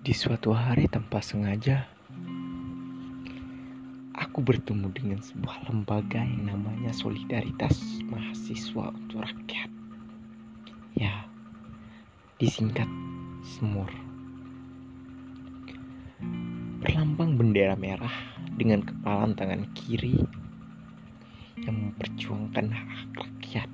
Di suatu hari tanpa sengaja, aku bertemu dengan sebuah lembaga yang namanya Solidaritas Mahasiswa untuk Rakyat. Ya, disingkat SMUR. Berlambang bendera merah dengan kepalan tangan kiri yang memperjuangkan hak rakyat.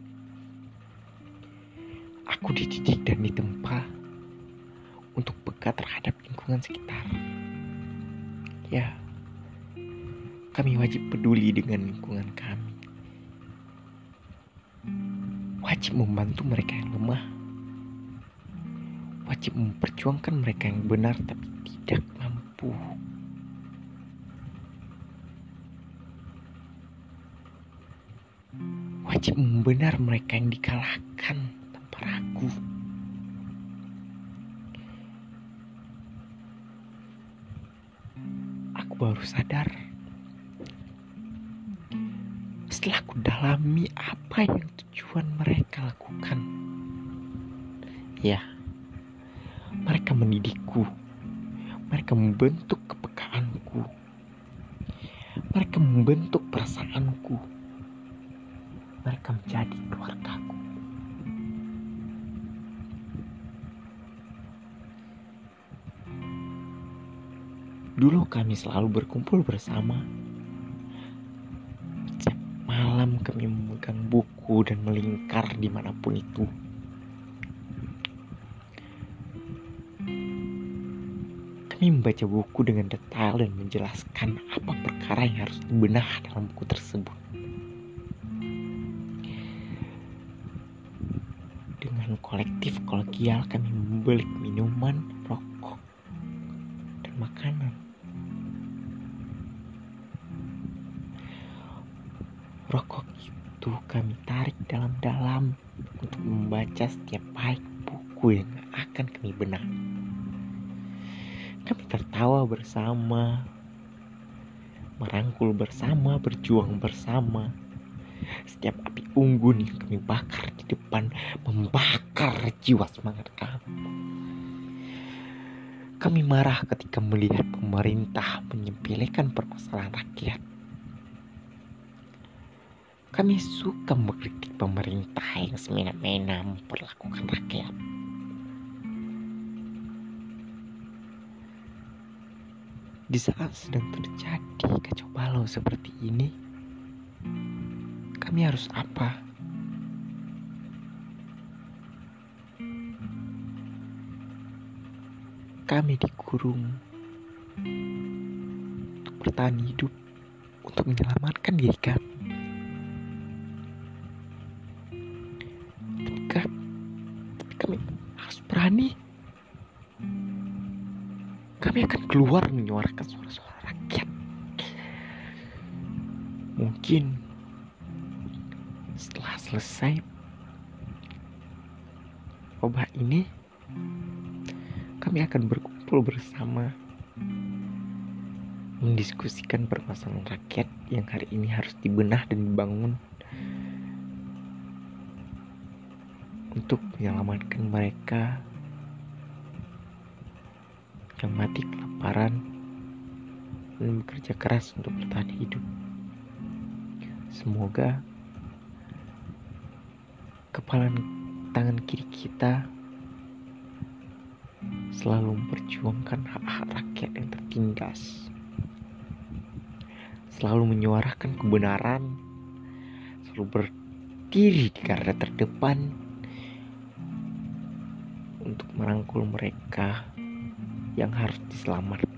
Aku dididik dan ditempa untuk peka terhadap lingkungan sekitar. Ya, kami wajib peduli dengan lingkungan kami. Wajib membantu mereka yang lemah. Wajib memperjuangkan mereka yang benar tapi tidak mampu. Wajib membenar mereka yang dikalahkan tanpa ragu. Aku baru sadar setelah aku dalami apa yang tujuan mereka lakukan. Ya, mereka mendidikku. Mereka membentuk kepekaanku. Mereka membentuk perasaanku. Mereka menjadi keluargaku. Dulu kami selalu berkumpul bersama. Setiap malam kami memegang buku dan melingkar dimanapun itu. Kami membaca buku dengan detail dan menjelaskan apa perkara yang harus dibenah dalam buku tersebut. Dengan kolektif kolegial kami membeli minuman, rokok, dan makanan. Rokok itu kami tarik dalam-dalam untuk membaca setiap bait buku yang akan kami benah. Kami tertawa bersama, merangkul bersama, berjuang bersama. Setiap api unggun yang kami bakar di depan membakar jiwa semangat kami. Kami marah ketika melihat pemerintah menyepelekan permasalahan rakyat. Kami suka mengkritik pemerintah yang semena-mena memperlakukan rakyat. Di saat sedang terjadi kacau balau seperti ini, kami harus apa? Kami dikurung untuk bertahan hidup, untuk menyelamatkan diri kami. Tapi kami harus berani. Kami akan keluar menyuarakan suara-suara rakyat. Mungkin setelah selesai wabah ini, kami akan berkumpul bersama mendiskusikan permasalahan rakyat yang hari ini harus dibenah dan dibangun untuk menyelamatkan mereka yang mati kelaparan dan bekerja keras untuk bertahan hidup. Semoga kepala tangan kiri kita selalu memperjuangkan hak-hak rakyat yang tertindas, selalu menyuarakan kebenaran, selalu berdiri di garda terdepan untuk merangkul mereka yang harus diselamatkan.